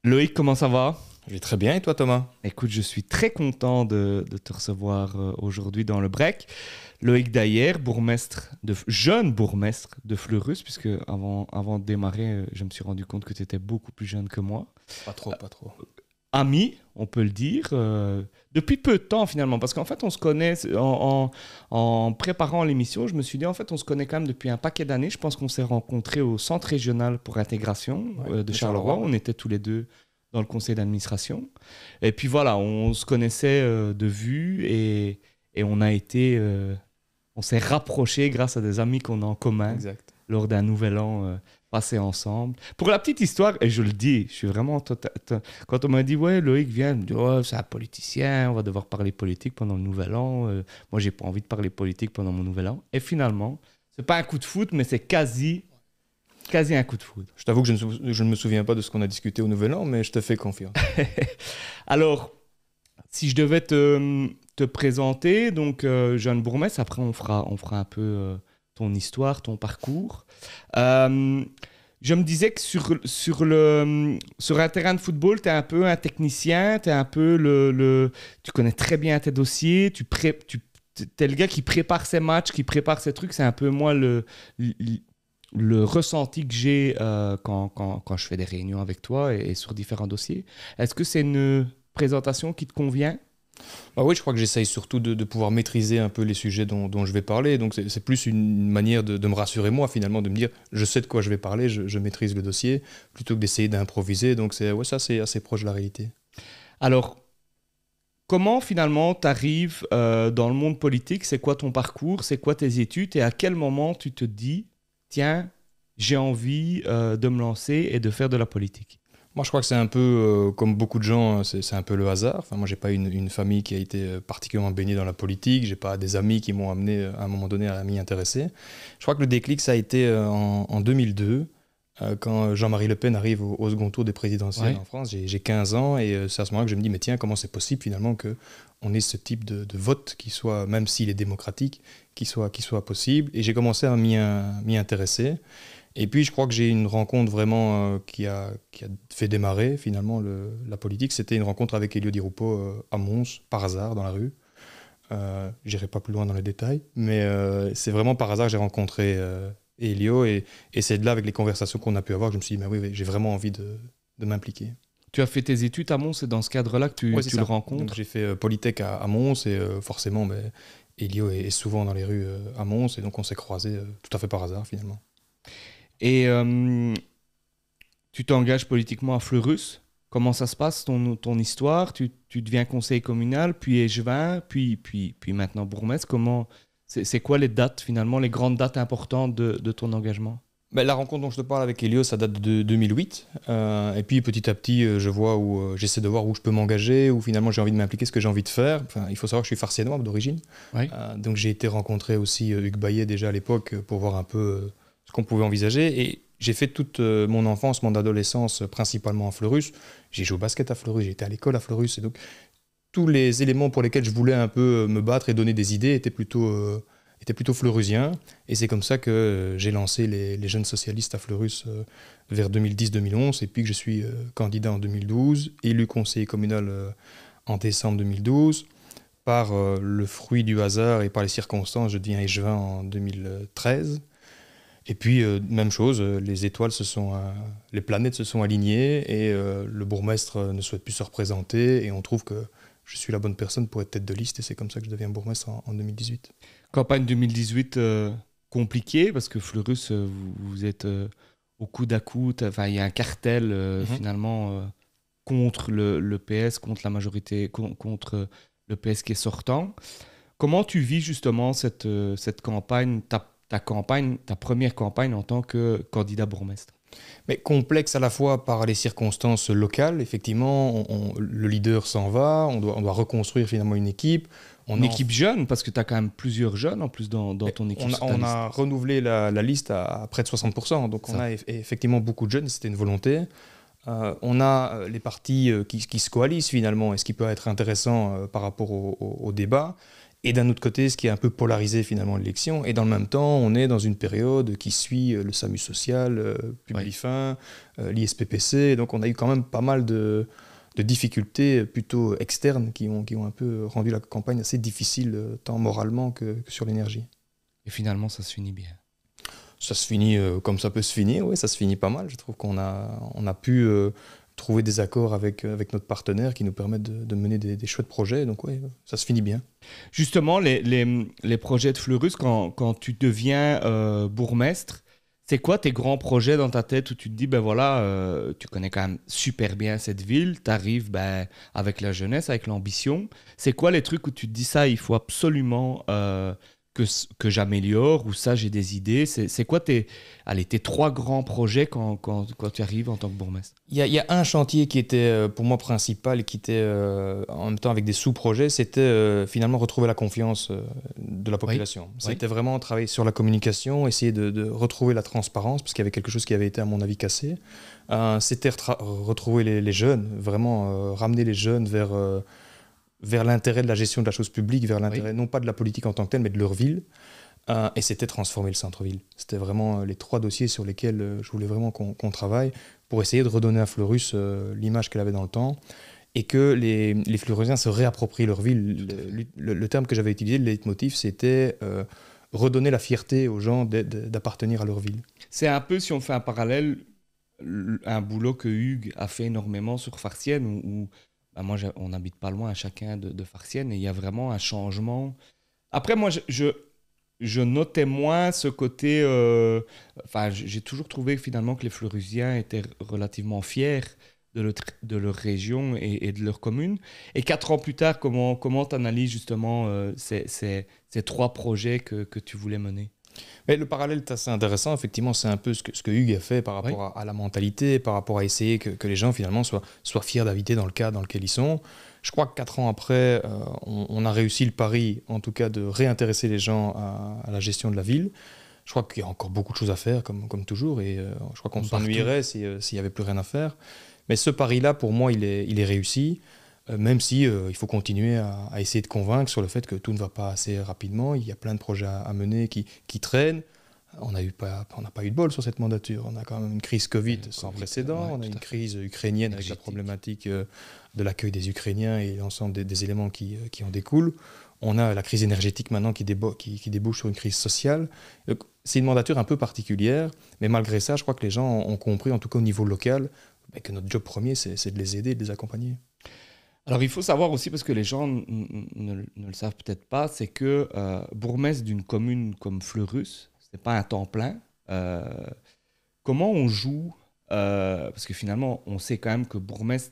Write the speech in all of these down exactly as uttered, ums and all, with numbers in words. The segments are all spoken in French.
Loïc, comment ça va? Je vais très bien, et toi Thomas? Écoute, je suis très content de, de te recevoir euh, aujourd'hui dans le break. Loïc Dayer, bourgmestre de, jeune bourgmestre de Fleurus, puisque avant, avant de démarrer, euh, je me suis rendu compte que tu étais beaucoup plus jeune que moi. Pas trop, pas trop. Ami, on peut le dire, euh, depuis peu de temps finalement, parce qu'en fait on se connaît, en, en, en préparant l'émission, je me suis dit en fait on se connaît quand même depuis un paquet d'années. Je pense qu'on s'est rencontrés au Centre régional pour l'intégration Ouais, euh, de de Charleroi. Charleroi. On était tous les deux dans le conseil d'administration. Et puis voilà, on se connaissait euh, de vue et, et on a été, euh, on s'est rapprochés grâce à des amis qu'on a en commun Exact. lors d'un nouvel an euh, passé ensemble. Pour la petite histoire, et je le dis, je suis vraiment... tota- to- Quand on m'a dit, ouais, Loïc vient, il me dit, ouais, c'est un politicien, on va devoir parler politique pendant le nouvel an. Euh, moi, j'ai pas envie de parler politique pendant mon nouvel an. Et finalement, c'est pas un coup de foot, mais c'est quasi, quasi un coup de foot. Je t'avoue que je ne, sou- je ne me souviens pas de ce qu'on a discuté au Nouvel An, mais je te fais confiance. Alors, si je devais te, te présenter, donc euh, jeune bourgmestre, après on fera, on fera un peu euh, ton histoire, ton parcours. Euh, je me disais que sur, sur, le, sur un terrain de football, tu es un peu un technicien, tu es un peu le, le, tu connais très bien tes dossiers, tu, pré, tu es le gars qui prépare ses matchs, qui prépare ses trucs. C'est un peu moi le, le, le ressenti que j'ai euh, quand, quand, quand je fais des réunions avec toi et, et sur différents dossiers. Est-ce que c'est une présentation qui te convient? Bah oui, je crois que j'essaye surtout de, de pouvoir maîtriser un peu les sujets dont, dont je vais parler. Donc c'est c'est plus une manière de, de me rassurer moi finalement, de me dire je sais de quoi je vais parler, je, je maîtrise le dossier, plutôt que d'essayer d'improviser. Donc c'est ouais, ça c'est assez proche de la réalité. Alors, comment finalement tu arrives euh, dans le monde politique? C'est quoi ton parcours? C'est quoi tes études? Et à quel moment tu te dis, tiens, j'ai envie euh, de me lancer et de faire de la politique? Moi, je crois que c'est un peu, euh, comme beaucoup de gens, c'est c'est un peu le hasard. Enfin, moi, j'ai pas une, une famille qui a été euh, particulièrement baignée dans la politique. J'ai pas des amis qui m'ont amené euh, à un moment donné à m'y intéresser. Je crois que le déclic, ça a été euh, en, en deux mille deux, euh, quand Jean-Marie Le Pen arrive au, au second tour des présidentielles Ouais. en France. J'ai j'ai quinze ans et euh, c'est à ce moment-là que je me dis, mais tiens, comment c'est possible finalement que on ait ce type de, de vote qui soit, même s'il est démocratique, qui soit, qui soit possible. Et j'ai commencé à m'y in- m'y intéresser. Et puis, je crois que j'ai une rencontre vraiment euh, qui, a, qui a fait démarrer finalement le- la politique. C'était une rencontre avec Elio Di Rupo euh, à Mons, par hasard, dans la rue. Euh, J'irai pas plus loin dans les détails, mais euh, c'est vraiment par hasard que j'ai rencontré euh, Elio. Et, et c'est de là, avec les conversations qu'on a pu avoir, que je me suis dit, mais oui, oui, j'ai vraiment envie de, de m'impliquer. Tu as fait tes études à Mons, c'est dans ce cadre-là que tu, Ouais, c'est tu ça. le Donc, rencontres? j'ai fait euh, Polytech à, à Mons et euh, forcément, ben, Elio est, est souvent dans les rues euh, à Mons et donc on s'est croisés euh, tout à fait par hasard finalement. Et euh, tu t'engages politiquement à Fleurus. Comment ça se passe, ton, ton histoire? Tu, tu deviens conseiller communal, puis échevin, puis, puis, puis maintenant bourgmestre. Comment, c'est, c'est quoi les dates, finalement, les grandes dates importantes de, de ton engagement? Ben, la rencontre dont je te parle avec Elio, ça date de deux mille huit. Euh, et puis petit à petit, euh, je vois où euh, j'essaie de voir où je peux m'engager, où finalement j'ai envie de m'impliquer, ce que j'ai envie de faire. Enfin, il faut savoir que je suis farciennois d'origine. Oui. Euh, donc j'ai été rencontrer aussi euh, Hugues Bayet déjà à l'époque euh, pour voir un peu euh, ce qu'on pouvait envisager. Et j'ai fait toute euh, mon enfance, mon adolescence, euh, principalement à Fleurus. J'ai joué au basket à Fleurus, j'ai été à l'école à Fleurus. Et donc tous les éléments pour lesquels je voulais un peu euh, me battre et donner des idées étaient plutôt, euh, étaient plutôt fleurusiens. Et c'est comme ça que euh, j'ai lancé les, les jeunes socialistes à Fleurus euh, vers deux mille dix deux mille onze. Et puis que je suis euh, candidat en deux mille douze, élu conseiller communal euh, en décembre deux mille douze. Par euh, le fruit du hasard et par les circonstances, je deviens échevin en deux mille treize. Et puis, euh, même chose, euh, les étoiles se sont, euh, les planètes se sont alignées et euh, le bourgmestre euh, ne souhaite plus se représenter et on trouve que je suis la bonne personne pour être tête de liste et c'est comme ça que je deviens bourgmestre en, en deux mille dix-huit. Campagne deux mille dix-huit euh, compliquée, parce que Fleurus, euh, vous, vous êtes euh, au coude à coude. Enfin, il y a un cartel, euh, Mhm. finalement, euh, contre le, le P S, contre la majorité, con- contre le P S qui est sortant. Comment tu vis justement cette, euh, cette campagne, ta, ta campagne, ta première campagne en tant que candidat bourgmestre? Mais complexe à la fois par les circonstances locales, effectivement, on- on- le leader s'en va, on doit, on doit reconstruire finalement une équipe. On Une en- équipe jeune, parce que tu as quand même plusieurs jeunes en plus dans, dans Mais ton équipe. on a, sur ta on liste. a renouvelé la, la liste à, à près de soixante pour cent, donc on Ça. a eff- effectivement beaucoup de jeunes, c'était une volonté. Euh, on a euh, les partis euh, qui, qui se coalisent finalement, et ce qui peut être intéressant euh, par rapport au, au- au débat. Et d'un autre côté, ce qui est un peu polarisé finalement l'élection. Et dans le même temps, on est dans une période qui suit le SAMU social, euh, Publifin, oui. euh, l'I S P P C. Donc on a eu quand même pas mal de, de difficultés plutôt externes qui ont, qui ont un peu rendu la campagne assez difficile, tant moralement que, que sur l'énergie. Et finalement, ça se finit bien. Ça se finit euh, comme ça peut se finir, oui, ça se finit pas mal. Je trouve qu'on a, on a pu... Euh, trouver des accords avec, avec notre partenaire qui nous permettent de, de mener des, des chouettes projets. Donc oui, ça se finit bien. Justement, les, les, les projets de Fleurus, quand, quand tu deviens euh, bourgmestre, c'est quoi tes grands projets dans ta tête où tu te dis, ben voilà, euh, tu connais quand même super bien cette ville, tu arrives ben, avec la jeunesse, avec l'ambition. C'est quoi les trucs où tu te dis ça, il faut absolument... Euh, que, que j'améliore, ou ça, j'ai des idées. C'est, c'est quoi tes, allez, tes trois grands projets quand, quand, quand tu arrives en tant que bourgmestre? Il y a, il y a un chantier qui était pour moi principal et qui était euh, en même temps avec des sous-projets, c'était euh, finalement retrouver la confiance euh, de la population. Oui. C'était oui. vraiment travailler sur la communication, essayer de, de retrouver la transparence, parce qu'il y avait quelque chose qui avait été à mon avis cassé. Euh, c'était retra- retrouver les, les jeunes, vraiment euh, ramener les jeunes vers... Euh, vers l'intérêt de la gestion de la chose publique, vers l'intérêt oui. non pas de la politique en tant que telle, mais de leur ville. Euh, et c'était transformer le centre-ville. C'était vraiment euh, les trois dossiers sur lesquels euh, je voulais vraiment qu'on, qu'on travaille pour essayer de redonner à Fleurus euh, l'image qu'elle avait dans le temps et que les, les Fleurusiens se réapproprient leur ville. Le, le, le terme que j'avais utilisé, le leitmotiv, c'était euh, redonner la fierté aux gens de, de, d'appartenir à leur ville. C'est un peu, si on fait un parallèle, un boulot que Hugues a fait énormément sur Farciennes, où, où ben moi, on n'habite pas loin à chacun de, de Farciennes, et il y a vraiment un changement. Après, moi, je, je, je notais moins ce côté... Euh, enfin, j'ai toujours trouvé finalement que les Fleurusiens étaient relativement fiers de leur, de leur région et, et de leur commune. Et quatre ans plus tard, comment comment tu analyses justement euh, ces, ces, ces trois projets que, que tu voulais mener? Mais le parallèle est assez intéressant. Effectivement, c'est un peu ce que, ce que Hugues a fait par rapport oui. à, à la mentalité, par rapport à essayer que, que les gens finalement soient, soient fiers d'habiter dans le cadre dans lequel ils sont. Je crois que quatre ans après, euh, on, on a réussi le pari, en tout cas, de réintéresser les gens à, à la gestion de la ville. Je crois qu'il y a encore beaucoup de choses à faire, comme, comme toujours, et euh, je crois qu'on comme s'ennuierait si, euh, s'il n'y avait plus rien à faire. Mais ce pari-là, pour moi, il est, il est réussi. Euh, même si euh, il faut continuer à, à essayer de convaincre sur le fait que tout ne va pas assez rapidement. Il y a plein de projets à, à mener qui, qui traînent. On n'a pas, pas eu de bol sur cette mandature. On a quand même une crise Covid oui, sans COVID, précédent. Ouais, on a une crise ukrainienne avec la problématique euh, de l'accueil des Ukrainiens et l'ensemble des, des éléments qui, euh, qui en découlent. On a la crise énergétique maintenant qui, débo- qui, qui débouche sur une crise sociale. Donc, c'est une mandature un peu particulière, mais malgré ça, je crois que les gens ont compris, en tout cas au niveau local, bah, que notre job premier, c'est, c'est de les aider, de les accompagner. Alors, il faut savoir aussi, parce que les gens n- n- ne, ne le savent peut-être pas, c'est que euh, bourgmestre d'une commune comme Fleurus, ce n'est pas un temps plein. Euh, comment on joue euh, parce que finalement, on sait quand même que bourgmestre,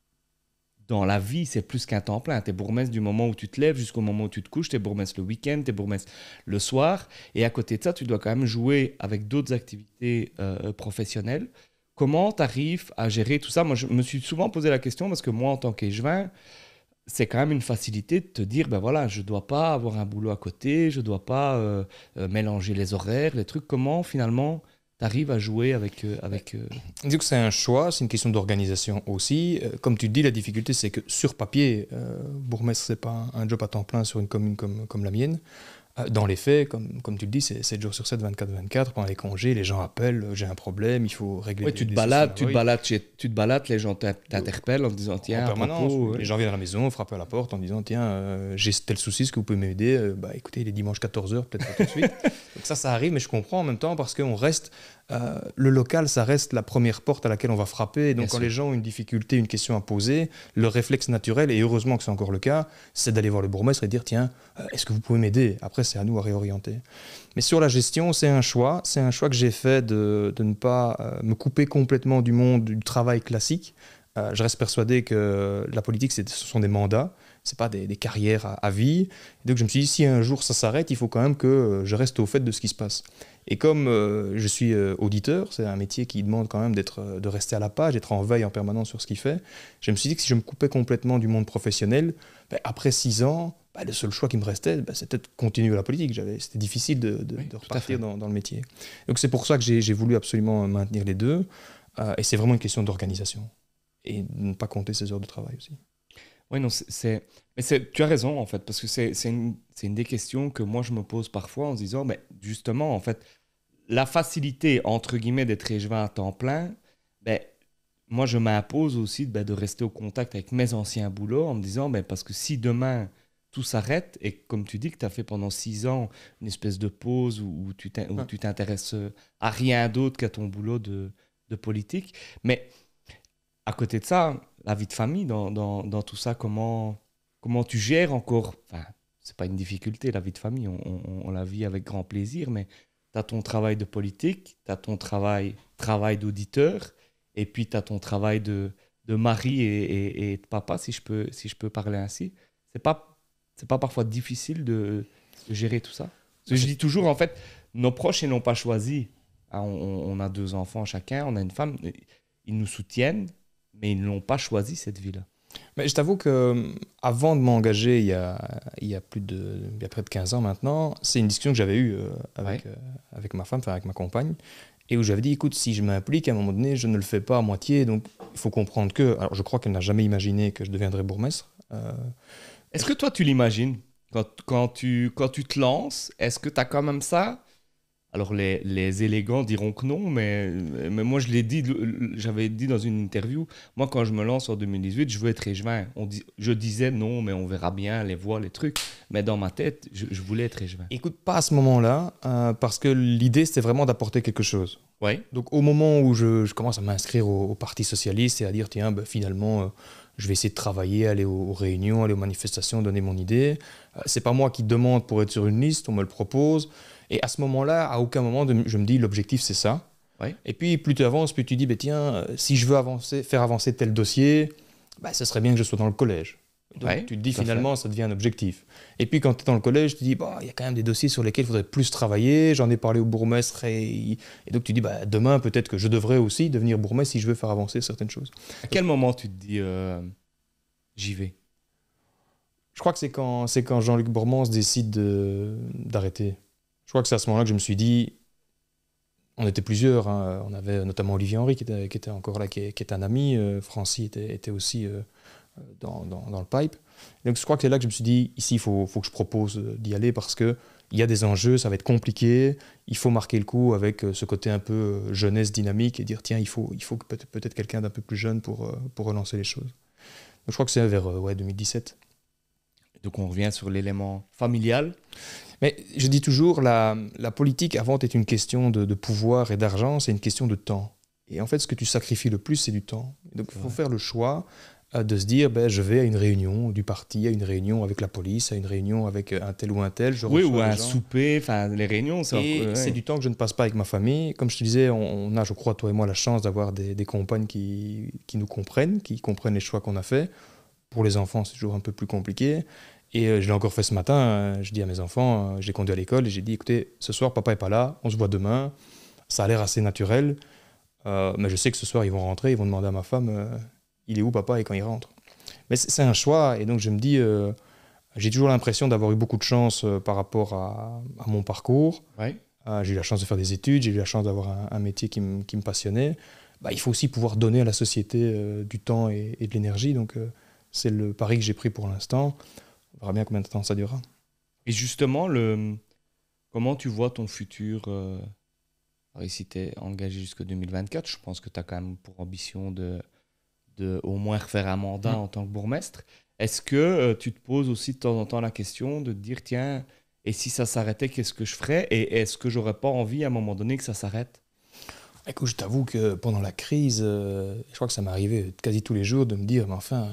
dans la vie, c'est plus qu'un temps plein. Tu es bourgmestre du moment où tu te lèves jusqu'au moment où tu te couches, tu es bourgmestre le week-end, tu es bourgmestre le soir. Et à côté de ça, tu dois quand même jouer avec d'autres activités euh, professionnelles. Comment tu arrives à gérer tout ça? Moi, je me suis souvent posé la question parce que moi, en tant qu'échevin, c'est quand même une facilité de te dire, ben voilà, je ne dois pas avoir un boulot à côté, je ne dois pas euh, euh, mélanger les horaires, les trucs. Comment, finalement, tu arrives à jouer avec... Euh, avec euh... Disons que c'est un choix, c'est une question d'organisation aussi. Euh, comme tu dis, la difficulté, c'est que sur papier, euh, bourgmestre, ce n'est pas un, un job à temps plein sur une commune comme, comme la mienne. Dans les faits, comme, comme tu le dis, c'est sept jours sur sept, vingt-quatre vingt-quatre. Pendant les congés, les gens appellent, j'ai un problème, il faut régler... Oui, des, tu, te des balades, tu, te balades chez, tu te balades, les gens t'interpellent en te disant, tiens, en permanence, propos, les ouais. gens viennent à la maison, frappent à la porte en disant, tiens, euh, j'ai tel souci, est-ce que vous pouvez m'aider? euh, Bah écoutez, il est dimanche quatorze heures, peut-être pas tout de suite. Donc ça, ça arrive, mais je comprends en même temps parce qu'on reste... Euh, le local, ça reste la première porte à laquelle on va frapper. Et donc, Bien quand sûr. les gens ont une difficulté, une question à poser, le réflexe naturel, et heureusement que c'est encore le cas, c'est d'aller voir le bourgmestre et dire, tiens, euh, est-ce que vous pouvez m'aider? Après, c'est à nous à réorienter. Mais sur la gestion, c'est un choix. C'est un choix que j'ai fait de, de ne pas euh, me couper complètement du monde du travail classique. Euh, je reste persuadé que la politique, c'est, ce sont des mandats. Ce n'est pas des, des carrières à, à vie. Et donc, je me suis dit, si un jour ça s'arrête, il faut quand même que je reste au fait de ce qui se passe. Et comme euh, je suis euh, auditeur, c'est un métier qui demande quand même d'être, euh, de rester à la page, d'être en veille en permanence sur ce qu'il fait, je me suis dit que si je me coupais complètement du monde professionnel, ben, après six ans, ben, le seul choix qui me restait, ben, c'était de continuer la politique. J'avais, c'était difficile de, de, oui, de repartir dans, dans le métier. Donc c'est pour ça que j'ai, j'ai voulu absolument maintenir les deux. Euh, et c'est vraiment une question d'organisation. Et de ne pas compter ses heures de travail aussi. Oui, non, c'est, c'est- mais c'est, tu as raison, en fait, parce que c'est, c'est une, c'est une des questions que moi, je me pose parfois en se disant, mais justement, en fait, la facilité, entre guillemets, d'être échevin à temps plein, ben, moi, je m'impose aussi ben, de rester au contact avec mes anciens boulots en me disant, ben, parce que si demain, tout s'arrête, et comme tu dis que tu as fait pendant six ans une espèce de pause où, où tu t'in- où Ouais. tu t'intéresses à rien d'autre qu'à ton boulot de, de politique, mais à côté de ça, la vie de famille, dans, dans, dans tout ça, comment, comment tu gères encore, enfin, c'est pas une difficulté, la vie de famille, on, on- on la vit avec grand plaisir, mais tu as ton travail de politique, tu as ton travail, travail d'auditeur, et puis tu as ton travail de, de mari et, et- et de papa, si je peux, si je peux parler ainsi. C'est pas, c'est pas parfois difficile de, de gérer tout ça? Parce que je dis toujours, en fait, nos proches, ils n'ont pas choisi. Hein, on, on- on a deux enfants chacun, on a une femme, ils nous soutiennent, mais ils n'ont pas choisi cette vie-là. Mais je t'avoue que euh, avant de m'engager il y a, il y a plus de, il y a près de quinze ans maintenant, c'est une discussion que j'avais eue euh, avec, Ouais. euh, avec ma femme, enfin avec ma compagne, et où j'avais dit, écoute, si je m'implique, à un moment donné, je ne le fais pas à moitié, donc il faut comprendre que, alors je crois qu'elle n'a jamais imaginé que je deviendrais bourgmestre. Euh, Est-ce que toi, tu l'imagines quand, quand, tu, quand tu te lances, est-ce que tu as quand même ça? Alors, les, les élégants diront que non, mais, mais moi, je l'ai dit, j'avais dit dans une interview, moi, quand je me lance en deux mille dix-huit, je veux être échevin. On dit, je disais non, mais on verra bien les voix, les trucs. Mais dans ma tête, je, je voulais être échevin. Écoute, pas à ce moment-là, euh, parce que l'idée, c'était vraiment d'apporter quelque chose. Oui, Donc au moment où je, je commence à m'inscrire au, au Parti Socialiste et à dire, tiens, ben, finalement, euh, je vais essayer de travailler, aller aux, aux réunions, aller aux manifestations, donner mon idée, euh, c'est pas moi qui demande pour être sur une liste, on me le propose. Et à ce moment-là, à aucun moment, de- je me dis, l'objectif, c'est ça. oui, Et puis, plus tu avances, plus tu dis, ben, tiens, euh, si je veux avancer, faire avancer tel dossier, ben, ce serait bien que je sois dans le collège. Donc, ouais, tu te dis, tout à fait. finalement, ça devient un objectif. Et puis, quand tu es dans le collège, tu te dis, bah, il y a quand même des dossiers sur lesquels il faudrait plus travailler. J'en ai parlé au bourgmestre. Et, et donc, tu dis, bah, demain, peut-être que je devrais aussi devenir bourgmestre si je veux faire avancer certaines choses. À quel moment tu te dis, euh, j'y vais? Je crois que c'est quand, c'est quand Jean-Luc Bourmans décide de- d'arrêter. Je crois que c'est à ce moment-là que je me suis dit, on était plusieurs, hein. On avait notamment Olivier Henry qui était, qui était encore là, qui est, qui est un ami. Euh, Francis était, était aussi euh, dans, dans, dans le pipe. Et donc je crois que c'est là que je me suis dit, ici, il faut, faut que je propose euh, d'y aller parce qu'il y a des enjeux, ça va être compliqué. Il faut marquer le coup avec euh, ce côté un peu euh, jeunesse dynamique et dire, tiens, il faut, il faut que peut-être, peut-être quelqu'un d'un peu plus jeune pour, euh, pour relancer les choses. Donc je crois que c'est vers euh, ouais, deux mille dix-sept. Donc, on revient sur l'élément familial. Mais je dis toujours, la, la politique avant est une question de, de pouvoir et d'argent, c'est une question de temps. Et en fait, ce que tu sacrifies le plus, c'est du temps. Et donc, il faut Ouais. faire le choix euh, de se dire, ben, je vais à une réunion du parti, à une réunion avec la police, à une réunion avec un tel ou un tel. Je Oui, reçois ou des un gens. souper, enfin, les réunions, c'est Et encore- ouais. c'est du temps que je ne passe pas avec ma famille. Comme je te disais, on, on a, je crois, toi et moi, la chance d'avoir des, des compagnes qui, qui nous comprennent, qui comprennent les choix qu'on a faits. Pour les enfants, c'est toujours un peu plus compliqué. Et euh, je l'ai encore fait ce matin. euh, je dis à mes enfants, euh, je les conduis à l'école et j'ai dit, écoutez, ce soir, papa est pas là, on se voit demain. Ça a l'air assez naturel. Euh, mais je sais que ce soir, ils vont rentrer, ils vont demander à ma femme, euh, il est où papa et quand il rentre. Mais c'est c'est un choix. Et donc, je me dis, euh, j'ai toujours l'impression d'avoir eu beaucoup de chance euh, par rapport à, à mon parcours. Ouais. Euh, j'ai eu la chance de faire des études, j'ai eu la chance d'avoir un, un métier qui, me- qui me passionnait. Bah, il faut aussi pouvoir donner à la société euh, du temps et, et de l'énergie. Donc, euh, c'est le pari que j'ai pris pour l'instant. On verra bien combien de temps ça durera. Et justement, le... comment tu vois ton futur euh... Alors, ici, tu es engagé jusqu'en deux mille vingt-quatre. Je pense que tu as quand même pour ambition de, de au moins refaire un mandat Mm. en tant que bourgmestre. Est-ce que euh, tu te poses aussi de temps en temps la question de te dire, tiens, et si ça s'arrêtait, qu'est-ce que je ferais? Et est-ce que j'aurais pas envie à un moment donné que ça s'arrête? Écoute, je t'avoue que pendant la crise, euh, je crois que ça m'est arrivé quasi tous les jours de me dire, mais enfin,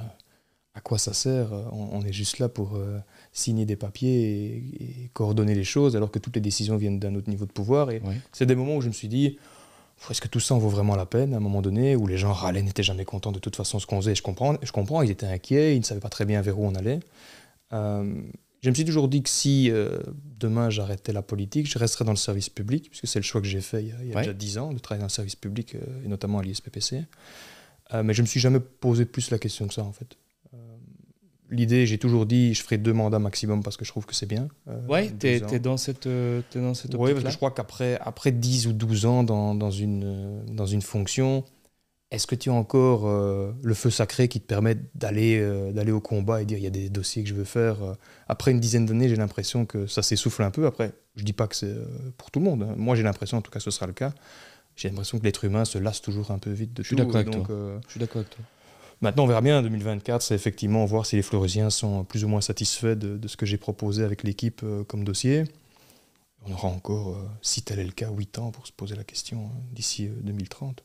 à quoi ça sert? On, on est juste là pour euh, signer des papiers et, et coordonner les choses, alors que toutes les décisions viennent d'un autre niveau de pouvoir. Et Ouais. c'est des moments où je me suis dit, est-ce que tout ça en vaut vraiment la peine à un moment donné, où les gens râlaient, n'étaient jamais contents de toute façon ce qu'on faisait. Je comprends, je comprends, ils étaient inquiets, ils ne savaient pas très bien vers où on allait. Euh, je me suis toujours dit que si euh, demain j'arrêtais la politique, je resterais dans le service public, puisque c'est le choix que j'ai fait il y a, il y a Ouais. déjà dix ans, de travailler dans le service public, euh, et notamment à l'I S P P C. Euh, mais je ne me suis jamais posé plus la question que ça, en fait. Euh, L'idée, j'ai toujours dit, je ferai deux mandats maximum parce que je trouve que c'est bien. euh, Ouais, deux t'es ans. es dans cette, euh, t'es dans cette Oui, parce que optique-là. je crois qu'après après dix ou douze ans dans, dans, une, euh, dans une fonction, est-ce que tu as encore euh, le feu sacré qui te permet d'aller euh, d'aller au combat et dire il y a des dossiers que je veux faire euh. Après une dizaine d'années, j'ai l'impression que ça s'essouffle un peu. Après, je dis pas que c'est euh, pour tout le monde, hein. Moi, j'ai l'impression, en tout cas, ce sera le cas. J'ai l'impression que l'être humain se lasse toujours un peu vite de Je suis tout. d'accord avec donc, toi. euh, Je suis d'accord avec toi. Maintenant, on verra bien en deux mille vingt-quatre, c'est effectivement voir si les Fleurusiens sont plus ou moins satisfaits de, de ce que j'ai proposé avec l'équipe euh, comme dossier. On aura encore, euh, si tel est le cas, huit ans pour se poser la question hein, d'ici euh, deux mille trente.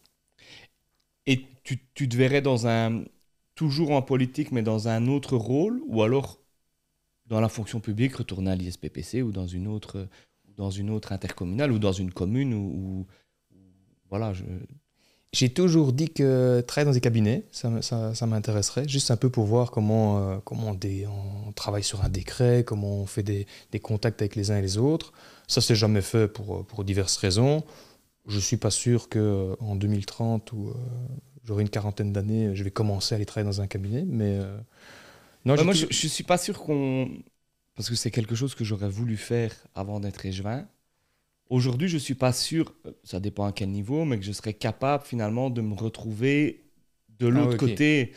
Et tu, tu te verrais dans un, toujours en politique, mais dans un autre rôle, ou alors dans la fonction publique, retourner à l'I S P P C ou dans une autre, dans une autre intercommunale ou dans une commune ou, ou- ou- voilà. Je... J'ai toujours dit que travailler dans des cabinets, ça, m- ça, ça m'intéresserait, juste un peu pour voir comment, euh, comment on, dé- on travaille sur un décret, comment on fait des, des contacts avec les uns et les autres. Ça, c'est jamais fait pour, pour diverses raisons. Je suis pas sûr qu'en deux mille trente, où euh, j'aurai une quarantaine d'années, je vais commencer à aller travailler dans un cabinet, mais euh, non, Ouais, j'ai moi, toujours- je, je suis pas sûr qu'on, parce que c'est quelque chose que j'aurais voulu faire avant d'être échevin. Aujourd'hui, je suis pas sûr, euh, ça dépend à quel niveau, mais que je serais capable finalement de me retrouver de l'autre Ah ouais, ok. côté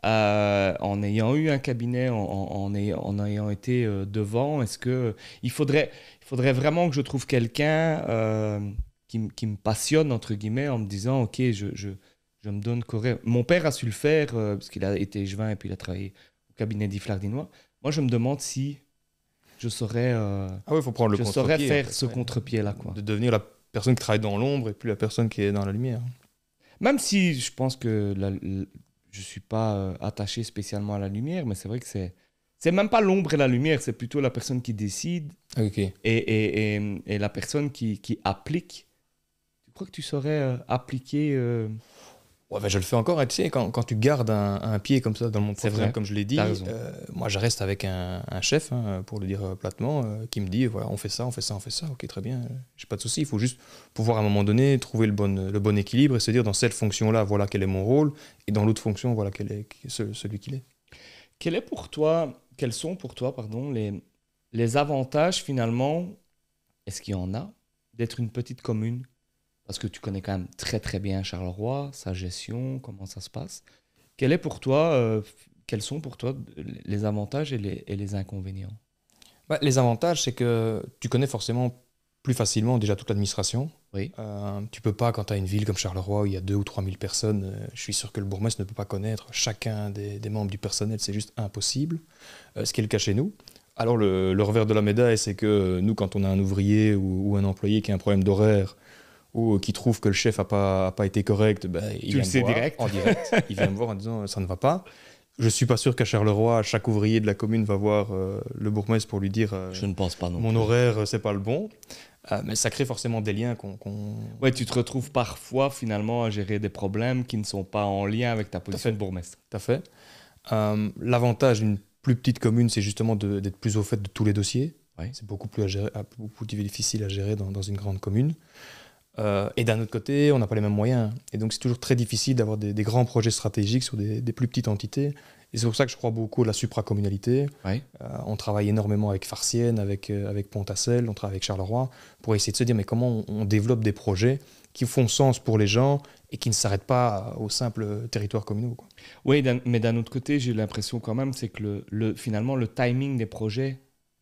euh, en ayant eu un cabinet, en, en- en ayant, en ayant été euh, devant. Est-ce que il faudrait, il faudrait vraiment que je trouve quelqu'un euh, qui, m- qui me passionne entre guillemets en me disant, ok, je, je, je me donne correct. Mon père a su le faire euh, parce qu'il a été échevin et puis il a travaillé au cabinet d'Yves Lardinois. Moi, je me demande si je saurais, euh, Ah ouais, il faut prendre le je saurais contre-pied. en faire fait, ce ouais. contre-pied-là, quoi. De devenir la personne qui travaille dans l'ombre et plus la personne qui est dans la lumière. Même si je pense que la- l- je suis pas euh, attaché spécialement à la lumière, mais c'est vrai que c'est c'est même pas l'ombre et la lumière, c'est plutôt la personne qui décide Ah, ok. et, et, et, et la personne qui, qui applique. Tu crois que tu saurais euh, appliquer euh, Ouais, ben, je le fais encore, et tu sais, quand, quand tu gardes un, un pied comme ça dans le monde C'est professionnel, vrai. comme je l'ai dit, T'as raison. euh, moi je reste avec un, un chef, hein, pour le dire euh, platement, euh, qui me dit, voilà, on fait ça, on fait ça, on fait ça, ok, très bien, euh, j'ai pas de souci, il faut juste pouvoir à un moment donné trouver le bon, le bon équilibre et se dire, dans cette fonction-là, voilà quel est mon rôle, et dans l'autre fonction, voilà quel est ce- celui qu'il est. quel est pour toi, quels sont pour toi, pardon, les, les avantages finalement, est-ce qu'il y en a, d'être une petite commune? Parce que tu connais quand même très très bien Charleroi, sa gestion, comment ça se passe. Quel est pour toi, euh, f- quels sont pour toi les avantages et les, et les inconvénients? Bah, les avantages, c'est que tu connais forcément plus facilement déjà toute l'administration. Oui. Euh, tu peux pas, quand tu as une ville comme Charleroi où il y a deux ou trois mille personnes, euh, je suis sûr que le bourgmestre ne peut pas connaître chacun des, des membres du personnel, c'est juste impossible, euh, ce qui est le cas chez nous. Alors le, le revers de la médaille, c'est que euh, nous, quand on a un ouvrier ou, ou un employé qui a un problème d'horaire ou euh, qui trouve que le chef n'a pas, a pas été correct, ben, il Tu vient le me sais voir direct. en direct. Il vient me voir en disant euh, ça ne va pas. Je suis pas sûr qu'à Charleroi, chaque ouvrier de la commune va voir euh, le bourgmestre pour lui dire euh, Je ne pense pas non mon plus. horaire, euh, c'est pas le bon. Euh, mais ça crée forcément des liens qu'on. qu'on- Ouais, tu te retrouves parfois finalement à gérer des problèmes qui ne sont pas en lien avec ta position fait. de bourgmestre. Tout à fait. Euh, L'avantage d'une plus petite commune, c'est justement de- d'être plus au fait de tous les dossiers. Ouais. C'est beaucoup plus, à gérer- à- beaucoup plus difficile à gérer dans, dans une grande commune. Euh, et d'un autre côté, on n'a pas les mêmes moyens. Et donc, c'est toujours très difficile d'avoir des, des grands projets stratégiques sur des, des plus petites entités. Et c'est pour ça que je crois beaucoup à la supracommunalité. Ouais. Euh, on travaille énormément avec Farciennes, avec, euh, avec Pont-à-Celle, on travaille avec Charleroi, pour essayer de se dire mais comment on, on développe des projets qui font sens pour les gens et qui ne s'arrêtent pas au simple territoire communal, quoi. Oui, d'un- mais d'un autre côté, j'ai l'impression quand même, c'est que le, le- finalement, le timing des projets,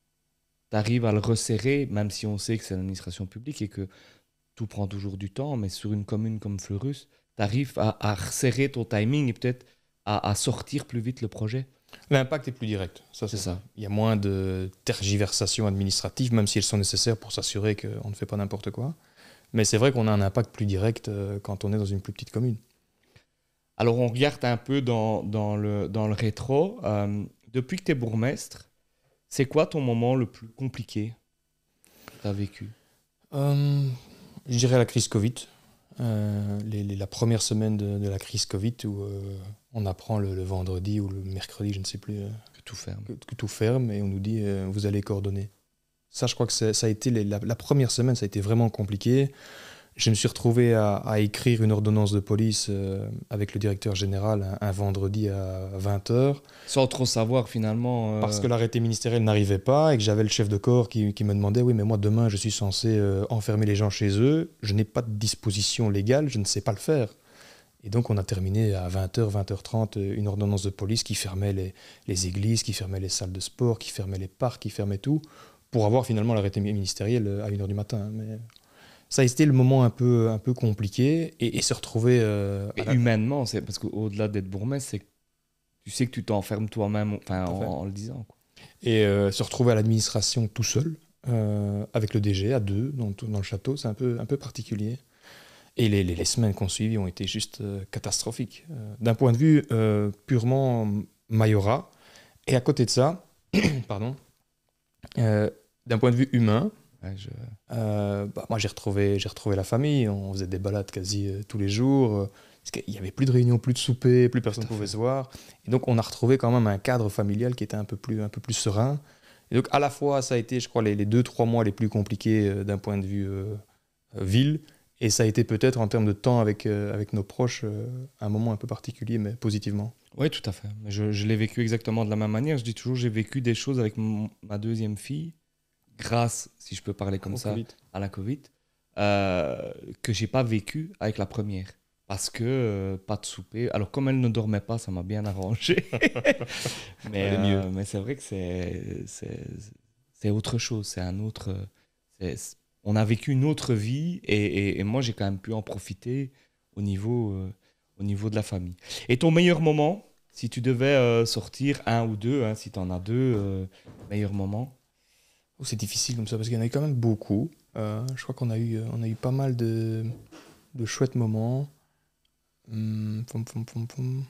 tu arrives à le resserrer, même si on sait que c'est l'administration publique et que tout prend toujours du temps, mais sur une commune comme Fleurus, tu arrives à, à resserrer ton timing et peut-être à, à sortir plus vite le projet. L'impact est plus direct, ça C'est c'est ça. Il y a moins de tergiversations administratives, même si elles sont nécessaires pour s'assurer qu'on ne fait pas n'importe quoi. Mais c'est vrai qu'on a un impact plus direct euh, quand on est dans une plus petite commune. Alors, on regarde un peu dans, dans le, dans le rétro. Euh, depuis que tu es bourgmestre, c'est quoi ton moment le plus compliqué que tu as vécu? Euh, je dirais la crise Covid. Euh, les- les- la première semaine de, de la crise Covid où euh, on apprend le, le vendredi ou le mercredi, je ne sais plus, euh, Que tout ferme. que, que tout ferme et on nous dit euh, vous allez coordonner. Ça, je crois que c'est- ça a été les- la, la première semaine, ça a été vraiment compliqué. Je me suis retrouvé à, à écrire une ordonnance de police euh, avec le directeur général un, un vendredi à vingt heures. Sans trop savoir finalement. euh, Parce que l'arrêté ministériel n'arrivait pas et que j'avais le chef de corps qui, qui me demandait oui mais moi demain je suis censé euh, enfermer les gens chez eux, je n'ai pas de disposition légale, je ne sais pas le faire. Et donc, on a terminé à vingt heures, vingt heures trente, une ordonnance de police qui fermait les, les églises, qui fermait les salles de sport, qui fermait les parcs, qui fermait tout, pour avoir finalement l'arrêté ministériel à une heure du matin. Mais ça a été le moment un peu, un peu compliqué et, et se retrouver... Euh, Et la... humainement, c'est parce qu'au-delà d'être bourgmestre, c'est que tu sais que tu t'enfermes toi-même enfin, en, en le disant. Quoi. Et euh, se retrouver à l'administration tout seul, euh, avec le D G, à deux, dans, dans le château, c'est un peu, un peu particulier. Et les, les, les semaines qu'on suivi ont été juste euh, catastrophiques. Euh, d'un point de vue euh, purement majorat. Et à côté de ça, pardon, euh, d'un point de vue humain, ouais, je... euh, bah, moi j'ai retrouvé, j'ai retrouvé la famille. On faisait des balades quasi euh, tous les jours. Euh, parce qu'il n'y avait plus de réunions, plus de souper, plus personne ne pouvait se voir. Et donc on a retrouvé quand même un cadre familial qui était un peu plus, un peu plus serein. Et donc à la fois, ça a été, je crois, les, les deux, trois mois les plus compliqués euh, d'un point de vue euh, euh, ville. Et ça a été peut-être, en termes de temps avec, euh, avec nos proches, euh, un moment un peu particulier, mais positivement. Oui, tout à fait. Je, je l'ai vécu exactement de la même manière. Je dis toujours, j'ai vécu des choses avec mon, ma deuxième fille, grâce, si je peux parler comme Au ça, Covid. à la Covid, euh, que j'ai pas vécu avec la première. Parce que euh, pas de souper. Alors, comme elle ne dormait pas, ça m'a bien arrangé. mais Elle est mieux. euh, mais c'est vrai que c'est, c'est, c'est autre chose. C'est un autre... C'est, c'est- on a vécu une autre vie et, et- et moi, j'ai quand même pu en profiter au niveau, euh, au niveau de la famille. Et ton meilleur moment, si tu devais euh, sortir un ou deux, hein, si tu en as deux euh, meilleurs moments. Oh, c'est difficile comme ça, parce qu'il y en a eu quand même beaucoup. Euh, je crois qu'on a eu, on a eu pas mal de, de chouettes moments. Hum, pom, pom, pom, pom.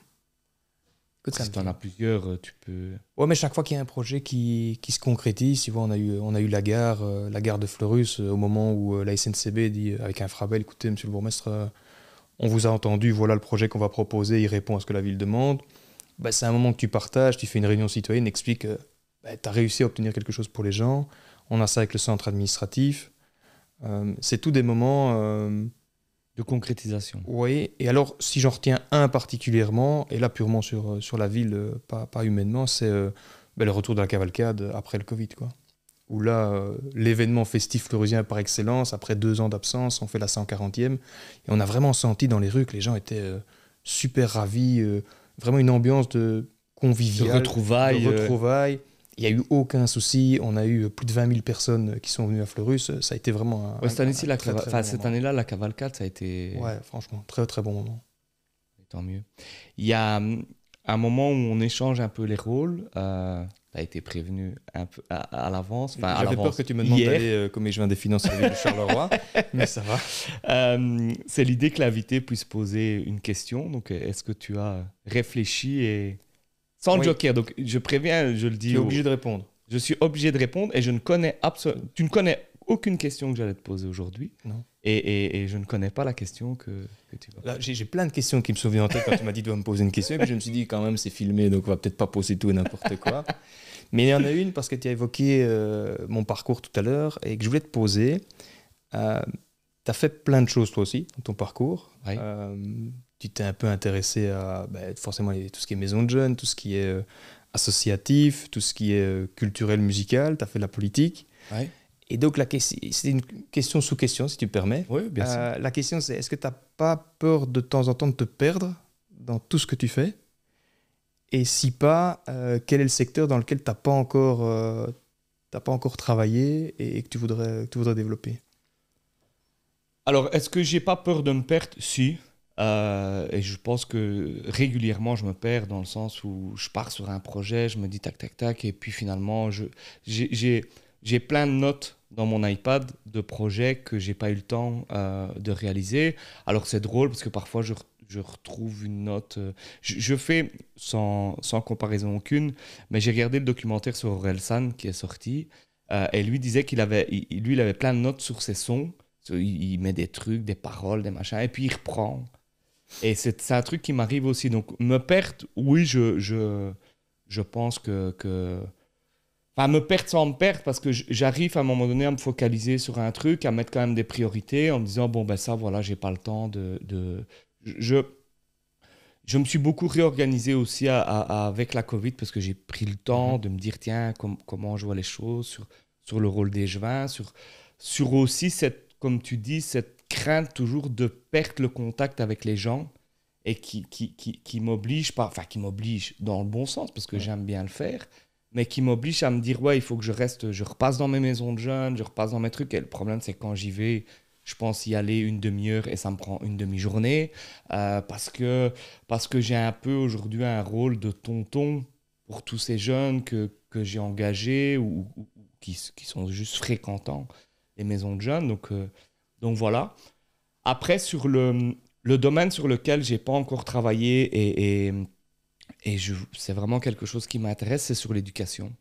Écoute, ça Si me tu en vient. as plusieurs, euh, tu peux... Ouais, mais chaque fois qu'il y a un projet qui, qui se concrétise, tu vois, on a eu, on a eu la gare, euh, la gare de Fleurus, euh, au moment où euh, la S N C B dit, euh, avec un frabel, écoutez, monsieur le bourgmestre, euh, on vous a entendu, voilà le projet qu'on va proposer, il répond à ce que la ville demande. Bah, c'est un moment que tu partages, tu fais une réunion citoyenne, explique que bah, tu as réussi à obtenir quelque chose pour les gens. On a ça avec le centre administratif. Euh, c'est tous des moments... euh, De concrétisation. oui, et alors si j'en retiens un particulièrement, et là purement sur, euh, sur la ville, euh, pas, pas humainement, c'est euh, ben, le retour de la cavalcade après le Covid, quoi. Où là, euh, l'événement festif fleurusien par excellence, après deux ans d'absence, on fait la cent quarantième, et on a vraiment senti dans les rues que les gens étaient euh, super ravis, euh, vraiment une ambiance de conviviale, De retrouvailles, de euh. retrouvailles. Il n'y a eu aucun souci, on a eu plus de vingt mille personnes qui sont venues à Fleurus, ça a été vraiment un, Ouais, cette un- année-ci, un la très, cava- très enfin, bon cette moment. année-là, la cavalcade, ça a été... Ouais, franchement, très très bon moment. Tant mieux. Il y a hum, un moment où on échange un peu les rôles. Euh, tu as été prévenu un peu à, à l'avance. Enfin, à J'avais l'avance. peur que tu me demandes hier. d'aller euh, comme échevin des finances à la ville de Charleroi, mais ça va. Euh, c'est l'idée que l'invité puisse poser une question. Donc, est-ce que tu as réfléchi et... Sans le Oui. joker. Donc, je préviens, je le dis. Tu es au- obligé de répondre. Je suis obligé de répondre et je ne connais absolument... Tu ne connais aucune question que j'allais te poser aujourd'hui. Non. Et, et- et je ne connais pas la question que, que tu vas Là, j'ai j'ai plein de questions qui me sont venues en tête quand tu m'as dit de me poser une question, et puis je me suis dit quand même c'est filmé, donc on va peut-être pas poser tout et n'importe quoi. Mais il y en a une parce que tu as évoqué euh, mon parcours tout à l'heure et que je voulais te poser. Euh, tu as fait plein de choses toi aussi dans ton parcours. Oui. Euh, tu t'es un peu intéressé à ben, forcément les- tout ce qui est maison de jeunes, tout ce qui est euh, associatif, tout ce qui est euh, culturel, musical. Tu as fait de la politique. Ouais. Et donc, la question, c'est une question sous question, si tu permets. Oui, bien sûr. Euh, la question, c'est est-ce que tu n'as pas peur de temps en temps de te perdre dans tout ce que tu fais? Et si pas, euh, quel est le secteur dans lequel tu n'as pas, encore, euh, t'as pas encore travaillé et, et que, tu voudrais, que tu voudrais développer? Alors, est-ce que j'ai pas peur de me perdre? Si. Euh, et je pense que régulièrement, je me perds dans le sens où je pars sur un projet, je me dis tac, tac, tac, et puis finalement, je, j'ai, j'ai, j'ai plein de notes dans mon iPad de projets que j'ai pas eu le temps euh, de réaliser. Alors, c'est drôle parce que parfois, je, re- je retrouve une note. euh, je, je fais, sans, sans comparaison aucune, mais j'ai regardé le documentaire sur Orelsan qui est sorti, euh, et lui disait qu'il avait, il- lui, il avait plein de notes sur ses sons. So, Il il met des trucs, des paroles, des machins, et puis il reprend. Et c'est c'est un truc qui m'arrive aussi. Donc, me perdre, oui, je, je, je pense que, que... Enfin, me perdre sans me perdre, parce que j- j'arrive à un moment donné à me focaliser sur un truc, à mettre quand même des priorités, en me disant, bon, ben ça, voilà, j'ai pas le temps de... de... Je, je me suis beaucoup réorganisé aussi à- à- avec la Covid, parce que j'ai pris le temps Mhm. de me dire, tiens, com- comment je vois les choses, sur, sur le rôle des jevins, sur, sur aussi cette, comme tu dis, cette crainte toujours de perdre le contact avec les gens. et qui, qui, qui, qui m'oblige, pas, enfin qui m'oblige dans le bon sens, parce que ouais. j'aime bien le faire, mais qui m'oblige à me dire, ouais, il faut que je reste, je repasse dans mes maisons de jeunes, je repasse dans mes trucs. Et le problème, c'est que quand j'y vais, je pense y aller une demi-heure et ça me prend une demi-journée, euh, parce que, parce que j'ai un peu aujourd'hui un rôle de tonton pour tous ces jeunes que, que j'ai engagés ou, ou qui, qui sont juste fréquentants les maisons de jeunes. Donc, euh, donc voilà. Après, sur le, le domaine sur lequel je n'ai pas encore travaillé et, et, et je, c'est vraiment quelque chose qui m'intéresse, c'est sur l'éducation.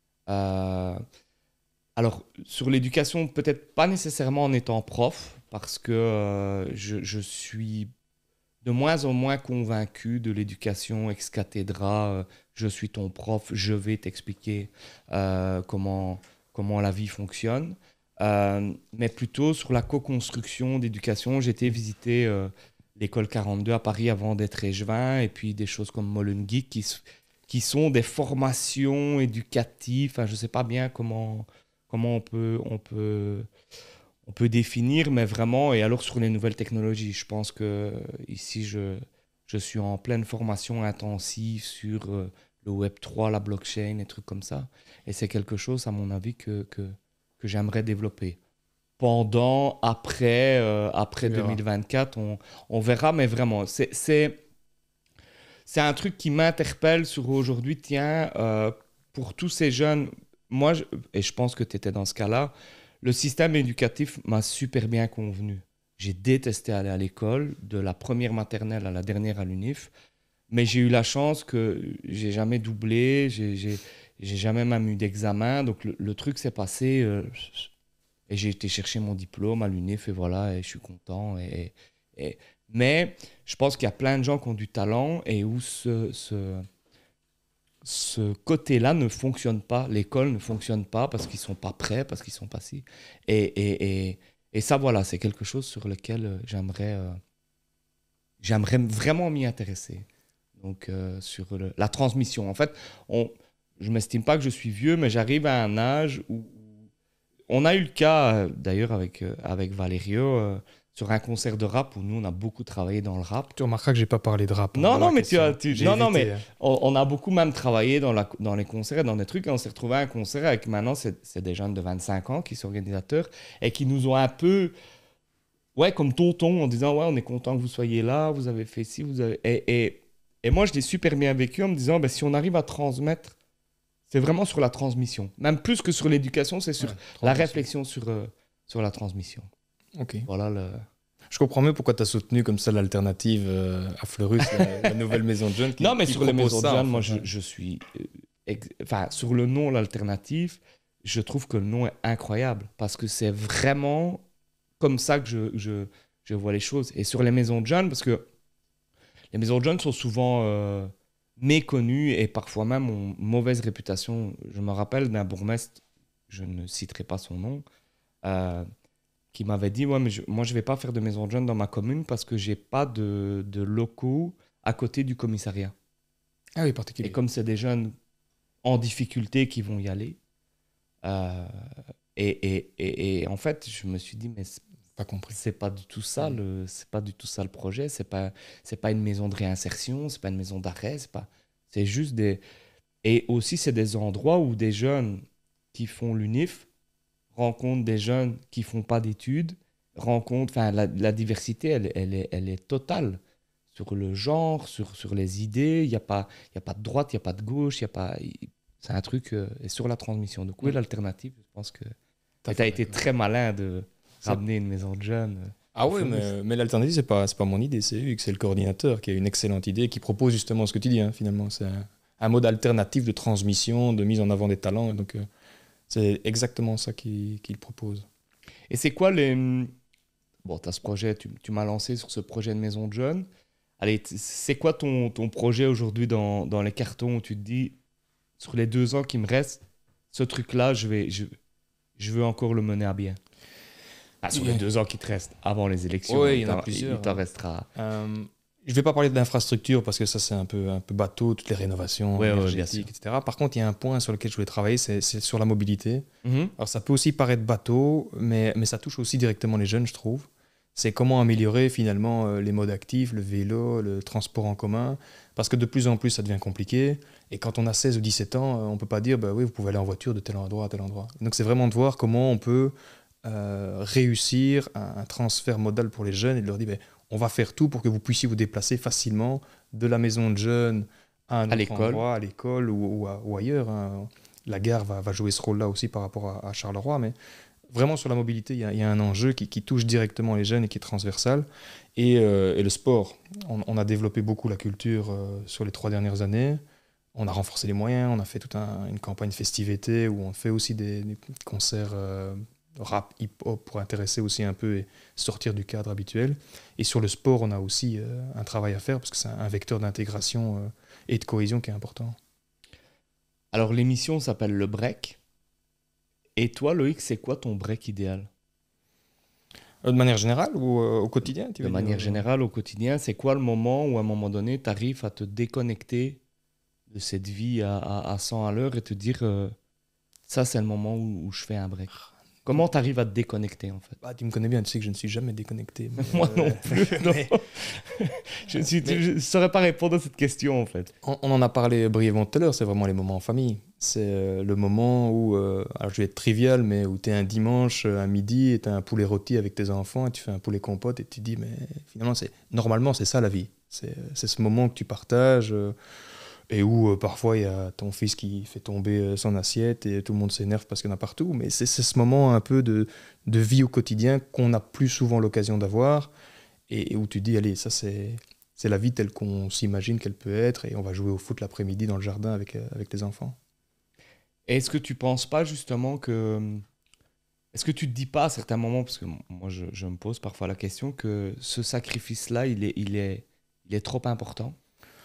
Euh, alors, sur l'éducation, peut-être pas nécessairement en étant prof, parce que euh, je, je suis de moins en moins convaincu de l'éducation ex cathedra. Euh, je suis ton prof, je vais t'expliquer euh, comment, comment la vie fonctionne. Euh, mais plutôt sur la co-construction d'éducation. J'ai été visiter euh, l'école quarante-deux à Paris avant d'être échevin, et puis des choses comme Molengeek qui, qui sont des formations éducatives. Enfin, je ne sais pas bien comment, comment on, peut, on, peut, on peut définir, mais vraiment, et alors sur les nouvelles technologies, je pense que ici, je, je suis en pleine formation intensive sur euh, le web trois, la blockchain, et trucs comme ça. Et c'est quelque chose, à mon avis, que... que que j'aimerais développer. Pendant, après, euh, après deux mille vingt-quatre, on, on verra, mais vraiment, c'est, c'est, c'est un truc qui m'interpelle sur aujourd'hui. Tiens, euh, pour tous ces jeunes, moi, je, et je pense que tu étais dans ce cas-là, le système éducatif m'a super bien convenu. J'ai détesté aller à l'école, de la première maternelle à la dernière à l'UNIF, mais j'ai eu la chance que j'ai jamais doublé, j'ai... j'ai J'ai jamais même eu d'examen, donc le, le truc s'est passé euh, et j'ai été chercher mon diplôme à l'UNIF et voilà, et je suis content. Et, et, mais je pense qu'il y a plein de gens qui ont du talent et où ce, ce, ce côté-là ne fonctionne pas. L'école ne fonctionne pas parce qu'ils ne sont pas prêts, parce qu'ils ne sont pas si. Et, et, et, et ça, voilà, c'est quelque chose sur lequel j'aimerais, euh, j'aimerais vraiment m'y intéresser. Donc, euh, sur le, la transmission. En fait, on... je ne m'estime pas que je suis vieux, mais j'arrive à un âge où... On a eu le cas, euh, d'ailleurs, avec, euh, avec Valerio, euh, sur un concert de rap où nous, on a beaucoup travaillé dans le rap. Tu remarqueras que je n'ai pas parlé de rap. Non, non, mais tu as... Tu... Non, non, mais on, on a beaucoup même travaillé dans, la, dans les concerts, dans des trucs, et on s'est retrouvé à un concert avec, maintenant, c'est, c'est des jeunes de vingt-cinq ans qui sont organisateurs, et qui nous ont un peu... Ouais, comme tonton, en disant, ouais, on est content que vous soyez là, vous avez fait ci, vous avez... Et, et, et moi, je l'ai super bien vécu en me disant, ben, si on arrive à transmettre... C'est vraiment sur la transmission. Même plus que sur l'éducation, c'est sur ouais, la réflexion sur, euh, sur la transmission. Ok. Voilà le... Je comprends mieux pourquoi tu as soutenu comme ça l'alternative euh, à Fleurus, la, la nouvelle maison de jeunes. Qui, non, mais qui sur les maisons ça, de jeunes, en fait, moi, je, ouais. je suis... Euh, ex... Enfin, sur le nom, l'alternative, je trouve que le nom est incroyable parce que c'est vraiment comme ça que je, je, je vois les choses. Et sur les maisons de jeunes, parce que les maisons de jeunes sont souvent... Euh, méconnus et parfois même ont mauvaise réputation. Je me rappelle d'un bourgmestre, je ne citerai pas son nom, euh, qui m'avait dit ouais, mais je, moi je ne vais pas faire de maison de jeunes dans ma commune parce que je n'ai pas de, de locaux à côté du commissariat. Ah oui, particulier. Et comme c'est des jeunes en difficulté qui vont y aller, euh, et, et, et, et en fait je me suis dit mais c'est pas compris. C'est pas du tout ça, le, c'est pas du tout ça le projet. C'est pas, c'est pas une maison de réinsertion, c'est pas une maison d'arrêt, c'est pas, c'est juste des. Et aussi, c'est des endroits où des jeunes qui font l'UNIF rencontrent des jeunes qui font pas d'études, rencontrent. Enfin, la, la diversité, elle, elle est, elle est totale sur le genre, sur, sur les idées. Il y a pas, il y a pas de droite, il y a pas de gauche, il y a pas. C'est un truc euh, et sur la transmission. Donc oui, mmh. l'alternative, je pense que tu as été très malin de ramener une maison de jeunes. Ah oui, mais, mais l'alternative, ce n'est pas, c'est pas mon idée, c'est Hugues, c'est le coordinateur qui a une excellente idée, qui propose justement ce que tu dis, hein, finalement. C'est un, un mode alternatif de transmission, de mise en avant des talents. Donc, euh, c'est exactement ça qu'il, qu'il propose. Et c'est quoi les... Bon, tu as ce projet, tu, tu m'as lancé sur ce projet de maison de jeunes. Allez, c'est quoi ton, ton projet aujourd'hui dans, dans les cartons où tu te dis, sur les deux ans qui me restent, ce truc-là, je, vais, je, je veux encore le mener à bien? Ah, sur les deux ans qui te restent avant les élections, oui, il y en a plusieurs. Il t'en restera. Euh, je ne vais pas parler d'infrastructure parce que ça, c'est un peu, un peu bateau, toutes les rénovations ouais, énergétiques, ouais, et cetera. Par contre, il y a un point sur lequel je voulais travailler, c'est, c'est sur la mobilité. Mm-hmm. Alors, ça peut aussi paraître bateau, mais, mais ça touche aussi directement les jeunes, je trouve. C'est comment améliorer finalement euh, les modes actifs, le vélo, le transport en commun, parce que de plus en plus ça devient compliqué. Et quand on a seize ou dix-sept ans, euh, on ne peut pas dire bah oui, vous pouvez aller en voiture de tel endroit à tel endroit. Donc c'est vraiment de voir comment on peut euh, réussir un, un transfert modal pour les jeunes et de leur dire bah, on va faire tout pour que vous puissiez vous déplacer facilement de la maison de jeunes à un À autre l'école. endroit, à l'école ou, ou, à- ou ailleurs, hein. La gare va, va jouer ce rôle-là aussi par rapport à, à Charleroi, mais vraiment sur la mobilité, il y a, il y a un enjeu qui, qui touche directement les jeunes et qui est transversal. Et, euh, et le sport, on, on a développé beaucoup la culture euh, sur les trois dernières années. On a renforcé les moyens, on a fait toute un- une campagne festivité où on fait aussi des, des concerts euh, rap, hip-hop pour intéresser aussi un peu et sortir du cadre habituel. Et sur le sport, on a aussi euh, un travail à faire parce que c'est un, un vecteur d'intégration euh, et de cohésion qui est important. Alors, l'émission s'appelle Le Break. Et toi, Loïc, c'est quoi ton break idéal? Euh, De manière générale ou euh, au quotidien, tu De veux dire, manière euh, générale, au quotidien, c'est quoi le moment où, à un moment donné, tu arrives à te déconnecter de cette vie à, à, à cent à l'heure et te dire, euh, ça, c'est le moment où, où je fais un break. Comment tu arrives à te déconnecter, en fait? Bah, tu me connais bien, tu sais que je ne suis jamais déconnecté. mais, Moi euh, non plus, non. mais Je ne mais je, je saurais pas répondre à cette question, en fait. on, on en a parlé brièvement tout à l'heure, c'est vraiment les moments en famille. C'est euh, le moment où, euh, alors je vais être trivial, mais où tu es un dimanche euh, à midi et tu as un poulet rôti avec tes enfants et tu fais un poulet compote et tu te dis, mais finalement, c'est normalement, c'est ça la vie. C'est euh, c'est ce moment que tu partages. euh, Et où euh, parfois il y a ton fils qui fait tomber euh, son assiette et tout le monde s'énerve parce qu'il y en a partout. Mais c'est c'est ce moment un peu de, de vie au quotidien qu'on n'a plus souvent l'occasion d'avoir et, et où tu dis, allez, ça c'est c'est la vie telle qu'on s'imagine qu'elle peut être et on va jouer au foot l'après-midi dans le jardin avec, euh, avec les enfants. Est-ce que tu penses pas, justement, que... Est-ce que tu te dis pas à certains moments, parce que moi, je, je me pose parfois la question, que ce sacrifice-là, il est, il est, il est trop important?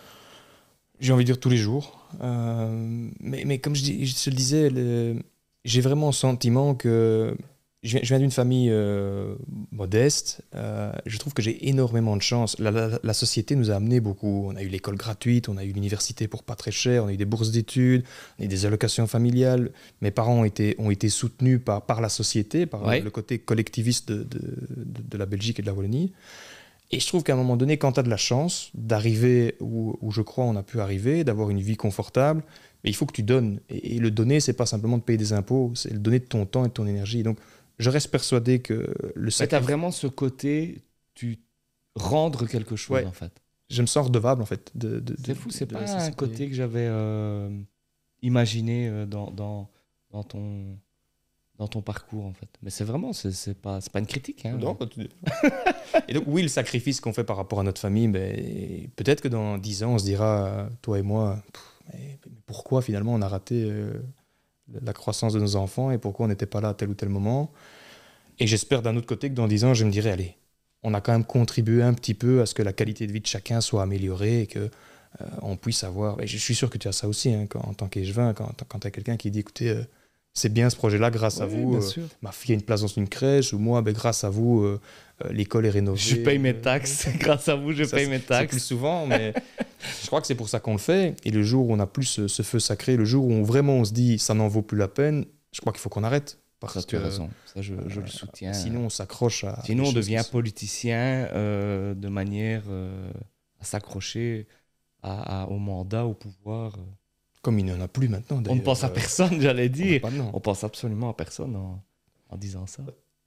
J'ai envie de dire tous les jours. Euh, mais, mais comme je, dis- je te le disais, le- j'ai vraiment le sentiment que je viens, je viens d'une famille euh, modeste. Euh, je trouve que j'ai énormément de chance. La, la- la société nous a amené beaucoup. On a eu l'école gratuite, on a eu l'université pour pas très cher, on a eu des bourses d'études, on a eu des allocations familiales. Mes parents ont été, ont été soutenus par, par la société, par le, Ouais. le côté collectiviste de, de, de- de la Belgique et de la Wallonie. Et je trouve qu'à un moment donné, quand tu as de la chance d'arriver où, où je crois on a pu arriver, d'avoir une vie confortable, mais il faut que tu donnes. Et, et le donner, c'est pas simplement de payer des impôts, c'est le donner de ton temps et de ton énergie. Donc, je reste persuadé que le Mais tu as sacrifice... vraiment ce côté, tu rendre quelque chose, Ouais, en fait. je me sens redevable, en fait, de, de, C'est de- fou, c'est de pas la un société. côté que j'avais euh, imaginé euh, dans, dans, dans ton, dans ton parcours, en fait. Mais c'est vraiment, c'est c'est pas, c'est pas une critique. Hein. Non, pas tout- Et donc, oui, le sacrifice qu'on fait par rapport à notre famille, ben, peut-être que dans dix ans, on se dira, euh, toi et moi, pff, mais, mais pourquoi finalement on a raté euh, la croissance de nos enfants et pourquoi on n'était pas là à tel ou tel moment. Et j'espère d'un autre côté que dans dix ans, je me dirai, allez, on a quand même contribué un petit peu à ce que la qualité de vie de chacun soit améliorée et que euh, on puisse avoir... Et je suis sûr que tu as ça aussi, hein, quand, en tant qu'échevin, quand, quand tu as quelqu'un qui dit, écoutez, euh, c'est bien ce projet-là, grâce à Oui, vous, bien euh, sûr. ma fille a une place dans une crèche, ou moi, ben, grâce à vous, euh, euh, l'école est rénovée. Je paye mes euh, taxes. Grâce à vous, je ça, paye c'est- mes C'est plus taxes. souvent, mais je crois que c'est pour ça qu'on le fait. Et le jour où on n'a plus ce, ce feu sacré, le jour où on, vraiment on se dit, ça n'en vaut plus la peine, je crois qu'il faut qu'on arrête. Parce Ça, tu as que raison. Ça, je, je le soutiens. sinon, on s'accroche à... Sinon, des on choses qui devient sont- politicien euh, de manière euh, à s'accrocher à, à- au mandat, au pouvoir. Comme il n'y en a plus maintenant, On ne d'ailleurs. pense à Euh, personne, j'allais on dire. peut pas, non. On pense absolument à personne en, en disant ça.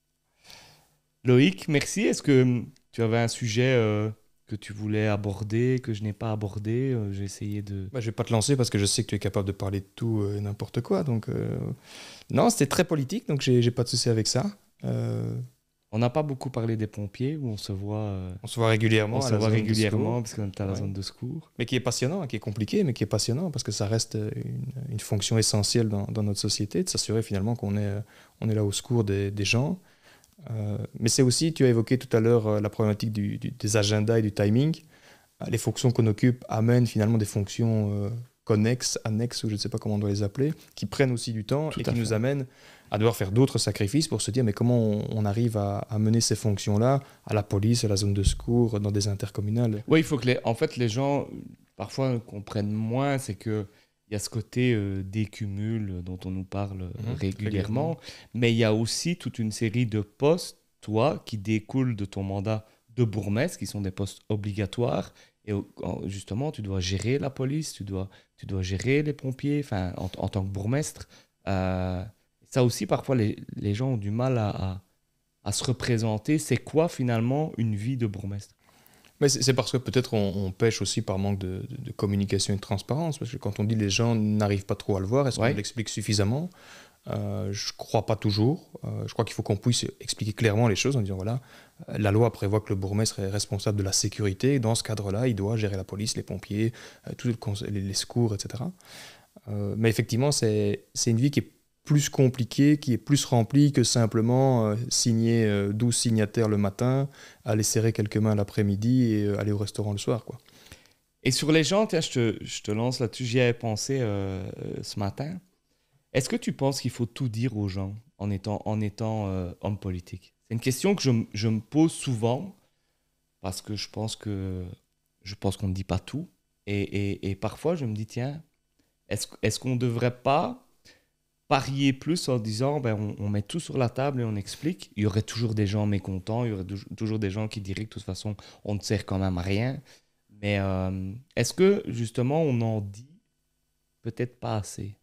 Loïc, merci. Est-ce que hum, tu avais un sujet euh, que tu voulais aborder, que je n'ai pas abordé? Euh, J'ai essayé de... Bah, je vais pas te lancer parce que je sais que tu es capable de parler de tout euh, et n'importe quoi. Donc, euh, non, c'était très politique, donc j'ai j'ai pas de souci avec ça. Euh, On n'a pas beaucoup parlé des pompiers, où on se voit, euh, on se voit régulièrement. on à se la voit zone de régulièrement, secours. parce qu'on est à la Ouais. zone de secours. Mais qui est passionnant, qui est compliqué, mais qui est passionnant parce que ça reste une, une fonction essentielle dans, dans notre société, de s'assurer finalement qu'on est, euh, on est là au secours des, des gens. Euh, mais c'est aussi, tu as évoqué tout à l'heure euh, la problématique du- du- des agendas et du timing. Euh, Les fonctions qu'on occupe amènent finalement des fonctions euh, connexes, annexes, ou je ne sais pas comment on doit les appeler, qui prennent aussi du temps Tout et à qui nous fait. amènent à devoir faire d'autres sacrifices pour se dire mais comment on, on arrive à, à mener ces fonctions-là à la police, à la zone de secours, dans des intercommunales. Oui, il faut que les, en fait, les gens, euh, parfois, comprennent moins, c'est que il y a ce côté euh, décumul dont on nous parle euh, Mhm, régulièrement, régulièrement. mais il y a aussi toute une série de postes toi, qui découlent de ton mandat de bourgmestre, qui sont des postes obligatoires. Et justement, tu dois gérer la police, tu dois, tu dois gérer les pompiers, enfin, en, en tant que bourgmestre. Euh, ça aussi, parfois, les, les gens ont du mal à, à, à se représenter. C'est quoi, finalement, une vie de bourgmestre? Mais c'est parce que peut-être on, on pêche aussi par manque de, de, de communication et de transparence. Parce que quand on dit les gens n'arrivent pas trop à le voir, est-ce Ouais. qu'on l'explique suffisamment? euh, Je ne crois pas toujours. Euh, je crois qu'il faut qu'on puisse expliquer clairement les choses en disant voilà, la loi prévoit que le bourgmestre est responsable de la sécurité. Dans ce cadre-là, il doit gérer la police, les pompiers, euh, tous les, les secours, et cetera. Euh, mais effectivement, c'est une vie qui est plus compliquée, qui est plus remplie que simplement euh, signer euh, douze signataires le matin, aller serrer quelques mains l'après-midi et euh, aller au restaurant le soir, quoi. Et sur les gens, tiens, je te, je te lance là-dessus, j'y avais pensé euh, ce matin. Est-ce que tu penses qu'il faut tout dire aux gens en étant, en étant euh, homme politique? C'est une question que je, je me pose souvent parce que je pense que je pense qu'on ne dit pas tout. Et, et, et parfois, je me dis, tiens, est-ce, est-ce qu'on ne devrait pas parier plus en disant, ben, on, on met tout sur la table et on explique? Il y aurait toujours des gens mécontents, il y aurait toujours des gens qui diraient que de toute façon, on ne sert quand même à rien. Mais euh, est-ce que, justement, on en dit peut-être pas assez?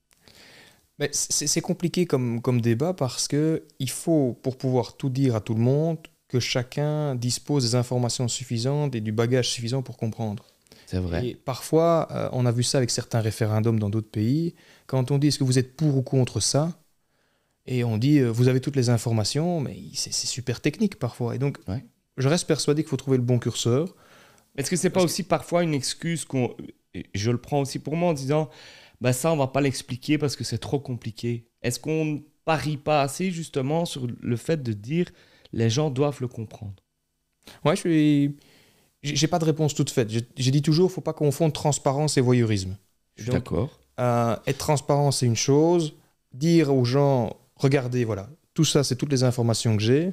Mais c'est compliqué comme, comme débat parce qu'il faut, pour pouvoir tout dire à tout le monde, que chacun dispose des informations suffisantes et du bagage suffisant pour comprendre. C'est vrai. Et parfois, euh, on a vu ça avec certains référendums dans d'autres pays. Quand on dit est-ce que vous êtes pour ou contre ça, et on dit euh, vous avez toutes les informations, mais c'est super technique parfois. Et donc, ouais. je reste persuadé qu'il faut trouver le bon curseur. Est-ce que c'est pas aussi que... parfois une excuse qu'on, je le prends aussi pour moi en disant bah ça on va pas l'expliquer parce que c'est trop compliqué. Est-ce qu'on ne parie pas assez justement sur le fait de dire les gens doivent le comprendre? Ouais, je suis j'ai pas de réponse toute faite. J'ai dit toujours, faut pas confondre transparence et voyeurisme. Je suis d'accord. Euh, être transparent, c'est une chose. Dire aux gens, regardez, voilà, tout ça, c'est toutes les informations que j'ai.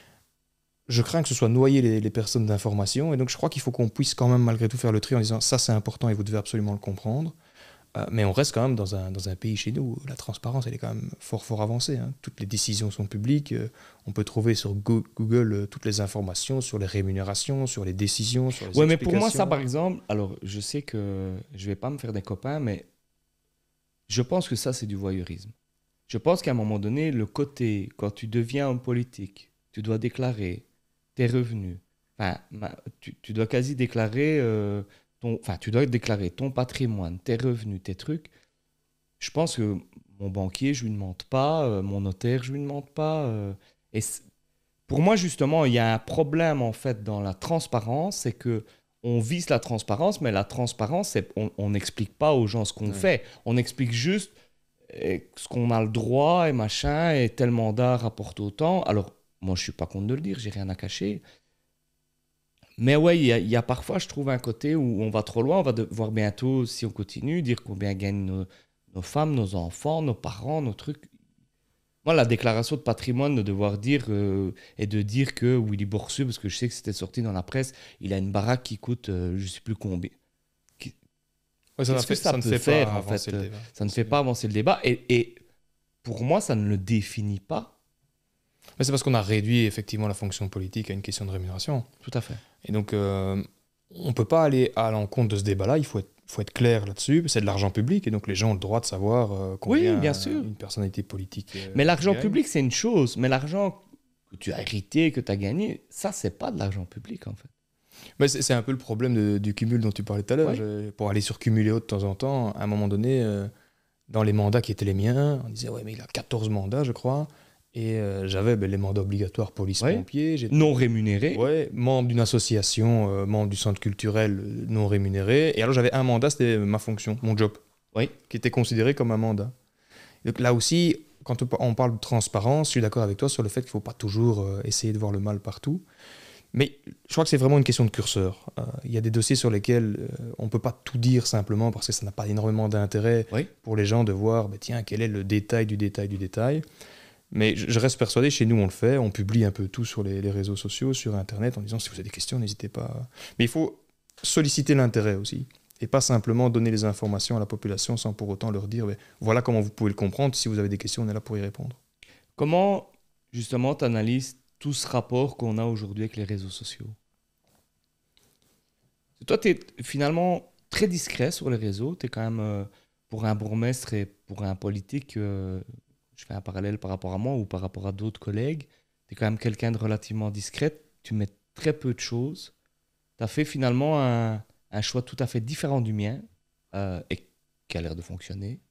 Je crains que ce soit noyer les, les personnes d'informations. Et donc, je crois qu'il faut qu'on puisse quand même, malgré tout, faire le tri en disant, ça, c'est important et vous devez absolument le comprendre. Euh, mais on reste quand même dans un, dans un pays chez nous où la transparence, elle est quand même fort, fort avancée. Hein. Toutes les décisions sont publiques. Euh, on peut trouver sur Go Google euh, toutes les informations sur les rémunérations, sur les décisions, sur les ouais, explications. Mais pour moi, ça, par exemple, alors, je sais que je vais pas me faire des copains, mais je pense que ça, c'est du voyeurisme. Je pense qu'à un moment donné, le côté, quand tu deviens homme politique, tu dois déclarer tes revenus. Enfin, tu, tu dois quasi déclarer... Euh, Ton, enfin, tu dois déclarer ton patrimoine, tes revenus, tes trucs. Je pense que mon banquier, je lui demande pas, euh, mon notaire, je lui demande pas. Euh, et pour moi, justement, il y a un problème en fait dans la transparence, c'est que on vise la transparence, mais la transparence, c'est, on n'explique pas aux gens ce qu'on ouais. fait. On explique juste eh, ce qu'on a le droit et machin, et tel mandat rapporte autant. Alors, moi, je suis pas contre de le dire, j'ai rien à cacher. Mais ouais, il y, y a parfois, je trouve, un côté où on va trop loin. On va devoir bientôt, si on continue, dire combien gagnent nos, nos femmes, nos enfants, nos parents, nos trucs. Moi, la déclaration de patrimoine, de devoir dire euh, et de dire que Willy Boursu, parce que je sais que c'était sorti dans la presse, il a une baraque qui coûte euh, je ne sais plus combien. Qui... Ouais, ça, Qu'est-ce que ça, ça peut faire, en fait? Ça ne fait pas avancer le débat. Et, et pour moi, ça ne le définit pas. Mais c'est parce qu'on a réduit effectivement la fonction politique à une question de rémunération. Tout à fait. Et donc, euh, on ne peut pas aller à l'encontre de ce débat-là. Il faut être, faut être clair là-dessus. C'est de l'argent public et donc les gens ont le droit de savoir euh, combien oui, bien sûr. une personnalité politique. Euh, mais l'argent public, c'est une chose. Mais l'argent que tu as hérité, que tu as gagné, ça, c'est pas de l'argent public en fait. Mais c'est, c'est un peu le problème de, du cumul dont tu parlais tout à l'heure. Oui. Je, pour aller sur Cumuléo de temps en temps, à un moment donné, euh, dans les mandats qui étaient les miens, on disait ouais, mais il a quatorze mandats, je crois. Et euh, j'avais ben, les mandats obligatoires police-pompier. Ouais. Non rémunérés. Ouais, membre d'une association, euh, membre du centre culturel euh, non rémunéré. Et alors j'avais un mandat, c'était ma fonction, mon job, oui. qui était considéré comme un mandat. Donc là aussi, quand on parle de transparence, je suis d'accord avec toi sur le fait qu'il ne faut pas toujours euh, essayer de voir le mal partout. Mais je crois que c'est vraiment une question de curseur. Il euh, y a des dossiers sur lesquels euh, on ne peut pas tout dire simplement parce que ça n'a pas énormément d'intérêt oui. pour les gens de voir, ben, tiens, quel est le détail du détail du détail. Mais je reste persuadé, chez nous on le fait, on publie un peu tout sur les, les réseaux sociaux, sur Internet, en disant si vous avez des questions, n'hésitez pas. Mais il faut solliciter l'intérêt aussi, et pas simplement donner les informations à la population sans pour autant leur dire voilà comment vous pouvez le comprendre, si vous avez des questions, on est là pour y répondre. Comment justement tu analyses tout ce rapport qu'on a aujourd'hui avec les réseaux sociaux? Toi, tu es finalement très discret sur les réseaux. Tu es quand même, euh, pour un bourgmestre et pour un politique, euh, je fais un parallèle par rapport à moi ou par rapport à d'autres collègues, tu es quand même quelqu'un de relativement discret. Tu mets très peu de choses. Tu as fait finalement un, un choix tout à fait différent du mien euh, et qui a l'air de fonctionner.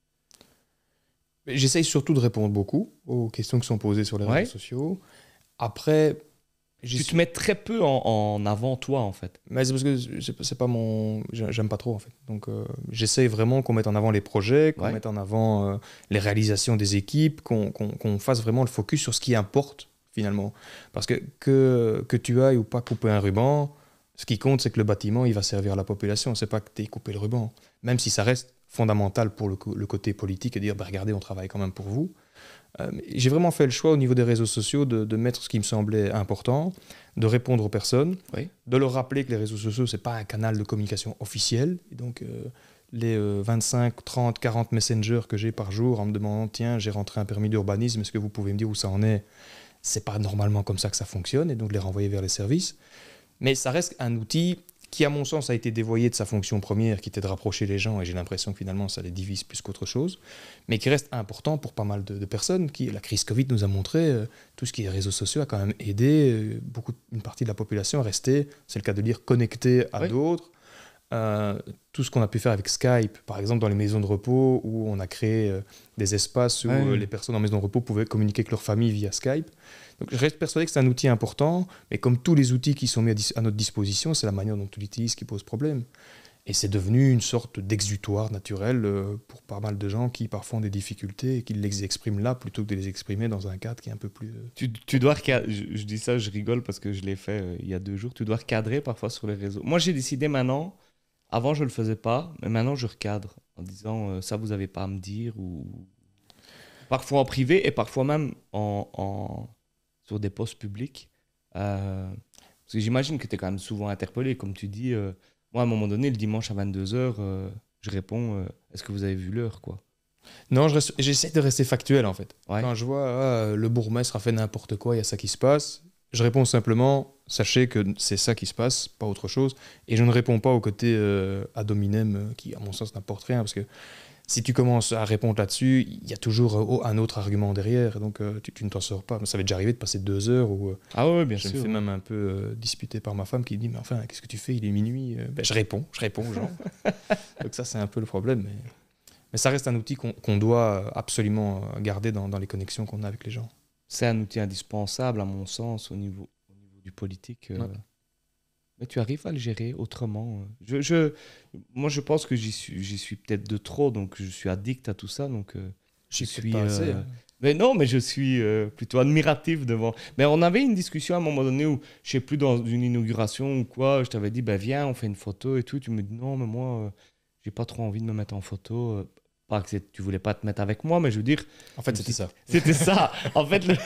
J'essaye surtout de répondre beaucoup aux questions qui sont posées sur les Ouais. réseaux sociaux. Après, tu te mets très peu en, en avant toi en fait. Mais c'est parce que c'est, c'est pas mon, j'aime pas trop en fait. Donc euh, j'essaye vraiment qu'on mette en avant les projets, qu'on Ouais. mette en avant euh, les réalisations des équipes, qu'on, qu'on, qu'on fasse vraiment le focus sur ce qui importe finalement. Parce que que, que tu ailles ou pas couper un ruban, ce qui compte c'est que le bâtiment il va servir à la population. C'est pas que tu aies coupé le ruban. Même si ça reste fondamental pour le, le côté politique et dire bah, regardez on travaille quand même pour vous. Euh, j'ai vraiment fait le choix au niveau des réseaux sociaux de, de mettre ce qui me semblait important, de répondre aux personnes, Oui. de leur rappeler que les réseaux sociaux, ce n'est pas un canal de communication officiel. Et donc, euh, les euh, vingt-cinq, trente, quarante messengers que j'ai par jour en me demandant « Tiens, j'ai rentré un permis d'urbanisme, est-ce que vous pouvez me dire où ça en est ?» Ce n'est pas normalement comme ça que ça fonctionne, et donc les renvoyer vers les services. Mais ça reste un outil qui, à mon sens, a été dévoyé de sa fonction première, qui était de rapprocher les gens, et j'ai l'impression que finalement, ça les divise plus qu'autre chose, mais qui reste important pour pas mal de, de personnes. Qui, la crise Covid nous a montré, euh, tout ce qui est réseaux sociaux a quand même aidé euh, beaucoup, une partie de la population à rester, c'est le cas de dire, connectée à Oui. d'autres. Euh, tout ce qu'on a pu faire avec Skype, par exemple dans les maisons de repos, où on a créé euh, des espaces où Ouais. euh, les personnes en maison de repos pouvaient communiquer avec leur famille via Skype. Donc, je reste persuadé que c'est un outil important, mais comme tous les outils qui sont mis à, dis- à notre disposition, c'est la manière dont on l'utilise qui pose problème. Et c'est devenu une sorte d'exutoire naturel euh, pour pas mal de gens qui parfois ont des difficultés et qui les expriment là plutôt que de les exprimer dans un cadre qui est un peu plus... euh, Tu, tu dois recadrer, je, je dis ça, je rigole parce que je l'ai fait euh, il y a deux jours, tu dois recadrer parfois sur les réseaux. Moi j'ai décidé maintenant, avant je le faisais pas, mais maintenant je recadre en disant euh, ça vous avez pas à me dire, ou parfois en privé et parfois même en, en... sur des posts publics. Euh, Parce que j'imagine que tu es quand même souvent interpellé, comme tu dis. euh, Moi, à un moment donné, le dimanche à vingt-deux heures, euh, je réponds euh, est-ce que vous avez vu l'heure, quoi? Non, je reste- j'essaie de rester factuel en fait. Ouais. Quand je vois ah, le bourgmestre a fait n'importe quoi, il y a ça qui se passe, je réponds simplement sachez que c'est ça qui se passe, pas autre chose. Et je ne réponds pas au côté euh, ad hominem euh, qui, à mon sens, n'apporte rien. Parce que si tu commences à répondre là-dessus, il y a toujours euh, un autre argument derrière. Et donc euh, tu, tu ne t'en sors pas. Ça m'est déjà arrivé de passer deux heures où euh, Ah ouais, bien je me sûr. fais même un peu euh, disputer par ma femme qui dit mais enfin, qu'est-ce que tu fais? Il est minuit. Euh, ben, je réponds, je réponds aux gens. Donc ça, c'est un peu le problème. Mais, mais ça reste un outil qu'on qu'on doit absolument garder dans, dans les connexions qu'on a avec les gens. C'est un outil indispensable, à mon sens, au niveau, au niveau du politique. euh. Ouais. Mais tu arrives à le gérer autrement. euh. Je, je, moi, je pense que j'y suis, j'y suis peut-être de trop, donc je suis addict à tout ça. Donc, euh, je Je suis. pas assez, euh, hein. Mais non, mais je suis euh, plutôt admiratif devant. Mais on avait une discussion à un moment donné où, je sais plus, dans une inauguration ou quoi, je t'avais dit, ben viens, on fait une photo et tout. Tu me dis, non, mais moi, euh, j'ai pas trop envie de me mettre en photo. euh. Pas que c'est- tu voulais pas te mettre avec moi, mais je veux dire, En fait, c'était ça. c'était ça. En fait, le...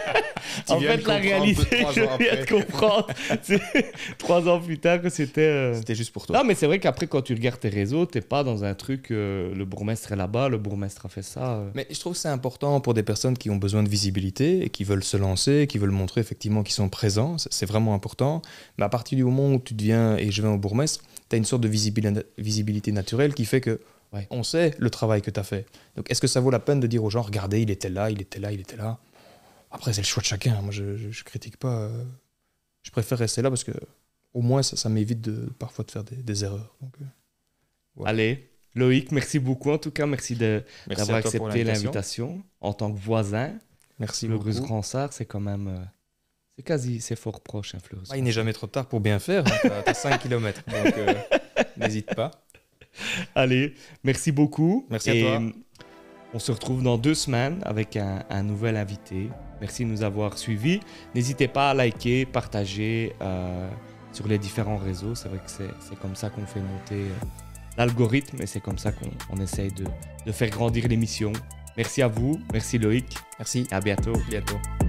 en viens fait de la comprendre réalité, trois je ans viens de après. comprendre. C'est trois ans plus tard que c'était. euh, C'était juste pour toi. Non, mais c'est vrai qu'après, quand tu regardes tes réseaux, t'es pas dans un truc. euh, le bourgmestre est là-bas, le bourgmestre a fait ça. euh. Mais je trouve que c'est important pour des personnes qui ont besoin de visibilité et qui veulent se lancer, qui veulent montrer effectivement qu'ils sont présents. C'est- C'est vraiment important. Mais à partir du moment où tu deviens échevin au bourgmestre, tu as une sorte de visibil- visibilité naturelle qui fait que Ouais. on sait le travail que tu as fait. Donc est-ce que ça vaut la peine de dire aux gens, regardez, il était là, il était là, il était là? Après, c'est le choix de chacun. Moi, je, je, je critique pas. euh, Je préfère rester là parce que au moins, ça, ça m'évite de, parfois de faire des, des erreurs. Donc, euh, Ouais. Allez, Loïc, merci beaucoup. En tout cas, merci de- merci d'avoir à toi pour accepté l'invitation. l'invitation. En tant que voisin, Merci Fleurus beaucoup. Ransard, c'est quand même. euh, c'est quasi. C'est fort proche, hein, Fleurus. Ah, il n'est jamais trop tard pour bien faire. Tu as cinq kilomètres. Donc, euh, n'hésite pas. Allez, merci beaucoup. Merci à Et toi. on se retrouve dans deux semaines avec un, un nouvel invité. Merci de nous avoir suivis. N'hésitez pas à liker, partager euh, sur les différents réseaux. C'est vrai que c'est c'est comme ça qu'on fait monter euh, l'algorithme et c'est comme ça qu'on on essaye de, de faire grandir l'émission. Merci à vous, merci Loïc, Merci. et à bientôt. À bientôt.